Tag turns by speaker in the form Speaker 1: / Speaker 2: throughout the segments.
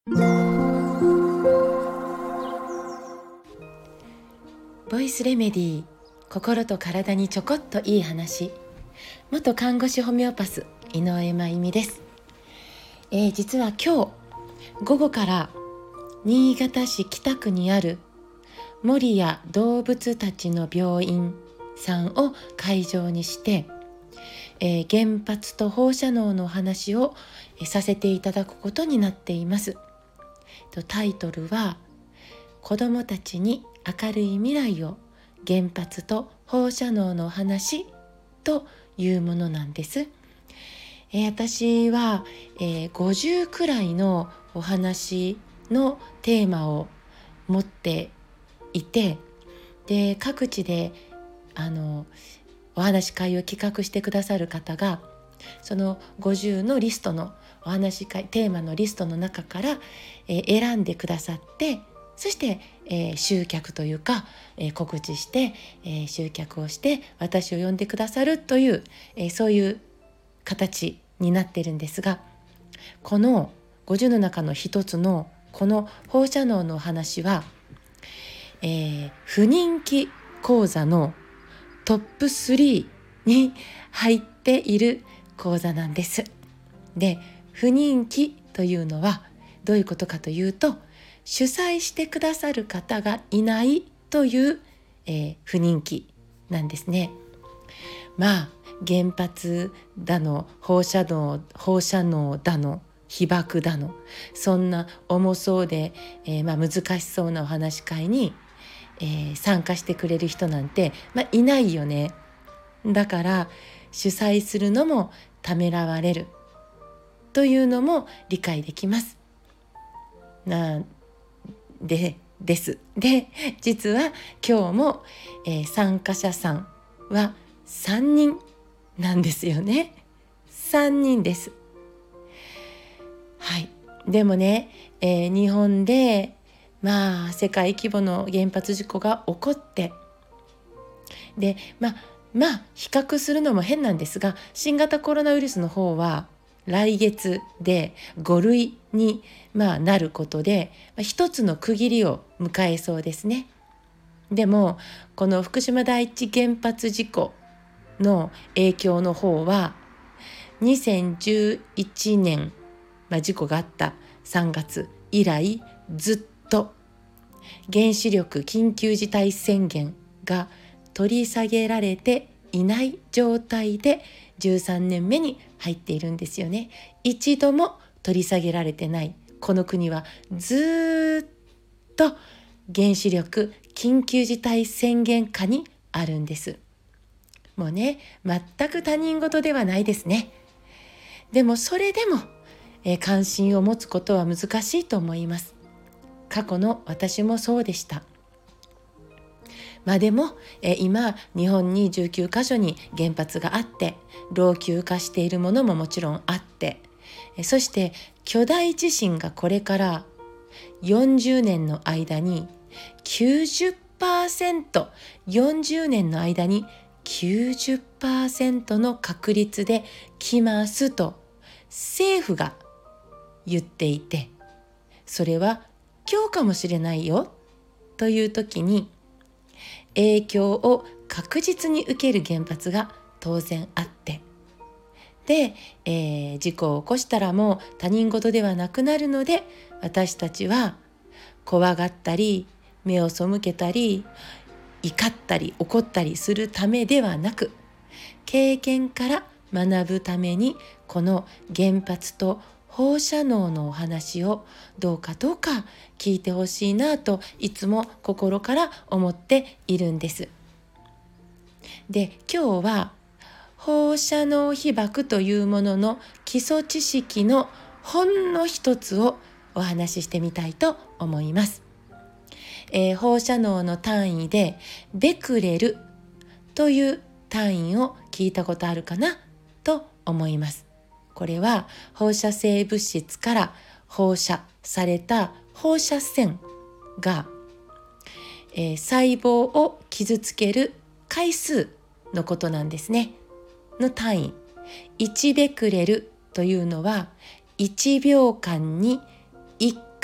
Speaker 1: ボイスレメディー、心と体にちょこっといい話。元看護師ホメオパス井上真由美です。実は今日午後から新潟市北区にある守谷動物たちの病院さんを会場にして、原発と放射能のお話をさせていただくことになっています。タイトルは、子どもたちに明るい未来を、原発と放射能のお話というものなんです。私は、50くらいのお話のテーマを持っていて、で各地でお話し会を企画してくださる方が、その50のリストのお話し会テーマのリストの中から、選んでくださって、そして、集客というか、告知して、集客をして私を呼んでくださるという、そういう形になっているんですが、この50の中の一つのこの放射能のお話は、不人気講座のトップ3に入っている講座なんです。で、不人気というのはどういうことかというと、主催してくださる方がいないという、不人気なんですね。原発だの放射能だの被爆だの、そんな重そうで、難しそうなお話し会に、参加してくれる人なんて、いないよね。だから主催するのもためらわれるというのも理解できます。で実は今日も、参加者さんは3人なんですよね。3人です。はい。でもね、日本で世界規模の原発事故が起こって、で比較するのも変なんですが、新型コロナウイルスの方は来月で5類になることで、一つの区切りを迎えそうですね。でもこの福島第一原発事故の影響の方は、2011年、事故があった3月以来ずっと原子力緊急事態宣言が取り下げられていない状態で13年目に入っているんですよね。一度も取り下げられてないこの国は、ずっと原子力緊急事態宣言下にあるんです。もうね、全く他人事ではないですね。でもそれでも、関心を持つことは難しいと思います。過去の私もそうでした。でも、今日本に19カ所に原発があって、老朽化しているものももちろんあって、そして巨大地震がこれから40年の間に 40年の間に 90% の確率で来ますと政府が言っていて、それは今日かもしれないよという時に、影響を確実に受ける原発が当然あって、で、事故を起こしたらもう他人事ではなくなるので、私たちは怖がったり目を背けたり怒ったり怒ったりするためではなく、経験から学ぶためにこの原発と放射能のお話をどうか聞いてほしいなといつも心から思っているんです。で、今日は放射能被曝というものの基礎知識のほんの一つをお話ししてみたいと思います。放射能の単位でベクレルという単位を聞いたことあるかなと思います。これは放射性物質から放射された放射線が、細胞を傷つける回数のことなんですね。の単位。1ベクレルというのは1秒間に1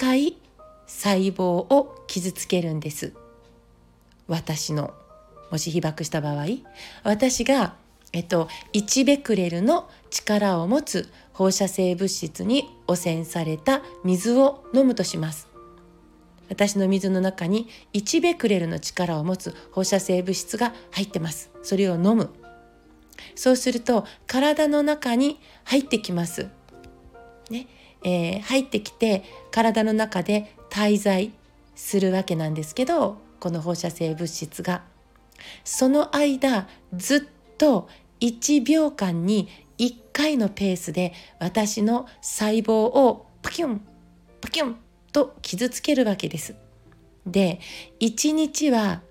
Speaker 1: 回細胞を傷つけるんです。私のもし被爆した場合、私が1ベクレルの力を持つ放射性物質に汚染された水を飲むとします。私の水の中に1ベクレルの力を持つ放射性物質が入ってます。それを飲む。そうすると体の中に入ってきます。ね、入ってきて体の中で滞在するわけなんですけど、この放射性物質がその間ずっと1秒間に1回のペースで私の細胞をパキュンパキュンと傷つけるわけです。で、1日は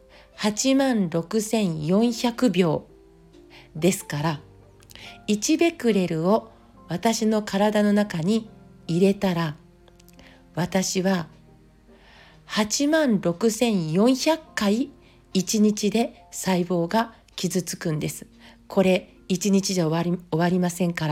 Speaker 1: 86,400秒ですから、1ベクレルを私の体の中に入れたら、私は86,400回1日で細胞が傷つくんです。これ1日じゃ終わりませんから、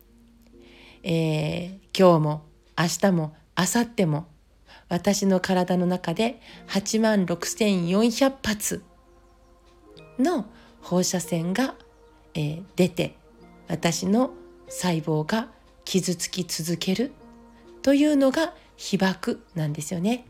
Speaker 1: 今日も明日も明後日も私の体の中で86,400発の放射線が、出て、私の細胞が傷つき続けるというのが被爆なんですよね。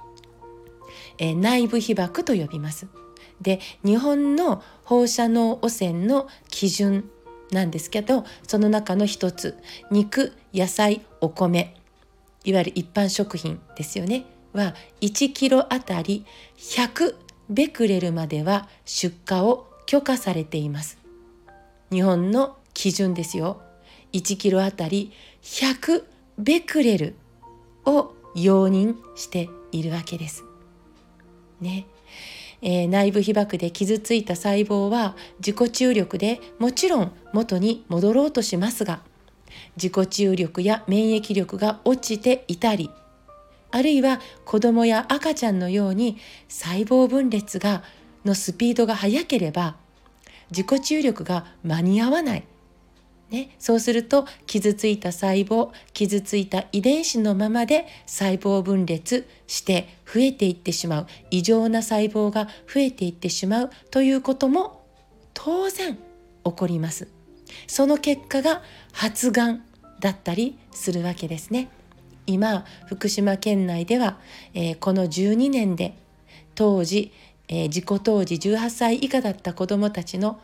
Speaker 1: 内部被爆と呼びます。で、日本の放射能汚染の基準なんですけど、その中の一つ、肉、野菜、お米、いわゆる一般食品ですよね、は1キロあたり100ベクレルまでは出荷を許可されています。日本の基準ですよ。1キロあたり100ベクレルを容認しているわけですね。内部被爆で傷ついた細胞は自己注力でもちろん元に戻ろうとしますが、自己注力や免疫力が落ちていたり、あるいは子どもや赤ちゃんのように細胞分裂のスピードが速ければ自己注力が間に合わない、そうすると傷ついた細胞、傷ついた遺伝子のままで細胞分裂して増えていってしまう、異常な細胞が増えていってしまうということも当然起こります。その結果が発がんだったりするわけですね。今福島県内では、この12年で事故当時18歳以下だった子どもたちの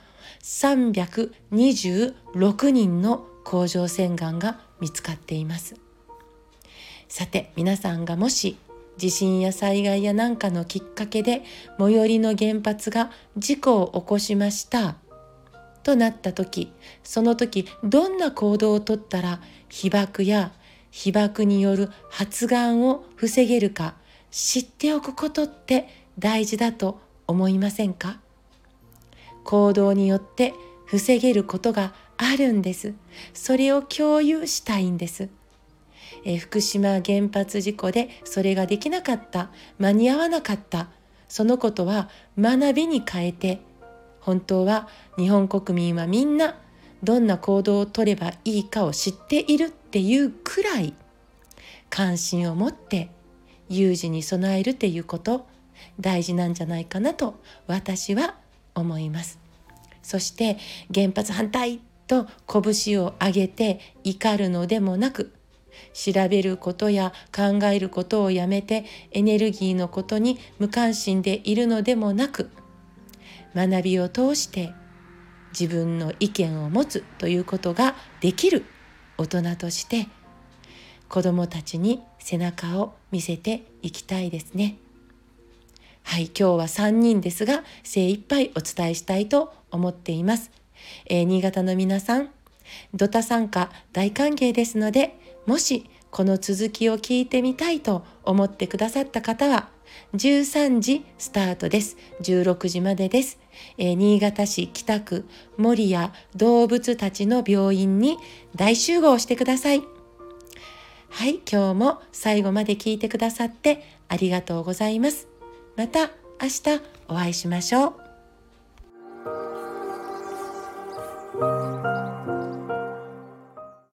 Speaker 1: 326人の甲状腺がんが見つかっています。さて、皆さんがもし地震や災害や何かのきっかけで最寄りの原発が事故を起こしましたとなった時、その時どんな行動をとったら被爆や被爆による発がんを防げるか知っておくことって大事だと思いませんか？行動によって防げることがあるんです。それを共有したいんです。福島原発事故でそれができなかった、間に合わなかった、そのことは学びに変えて、本当は日本国民はみんなどんな行動をとればいいかを知っているっていうくらい関心を持って有事に備えるっていうこと大事なんじゃないかなと私は思います。そして原発反対と拳を上げて怒るのでもなく、調べることや考えることをやめてエネルギーのことに無関心でいるのでもなく、学びを通して自分の意見を持つということができる大人として子どもたちに背中を見せていきたいですね。はい、今日は3人ですが精一杯お伝えしたいと思っています。新潟の皆さん、ドタ参加大歓迎ですので、もしこの続きを聞いてみたいと思ってくださった方は13時スタートです。16時までです。新潟市北区守谷動物たちの病院に大集合してください。はい、今日も最後まで聞いてくださってありがとうございます。また明日お会いしましょう。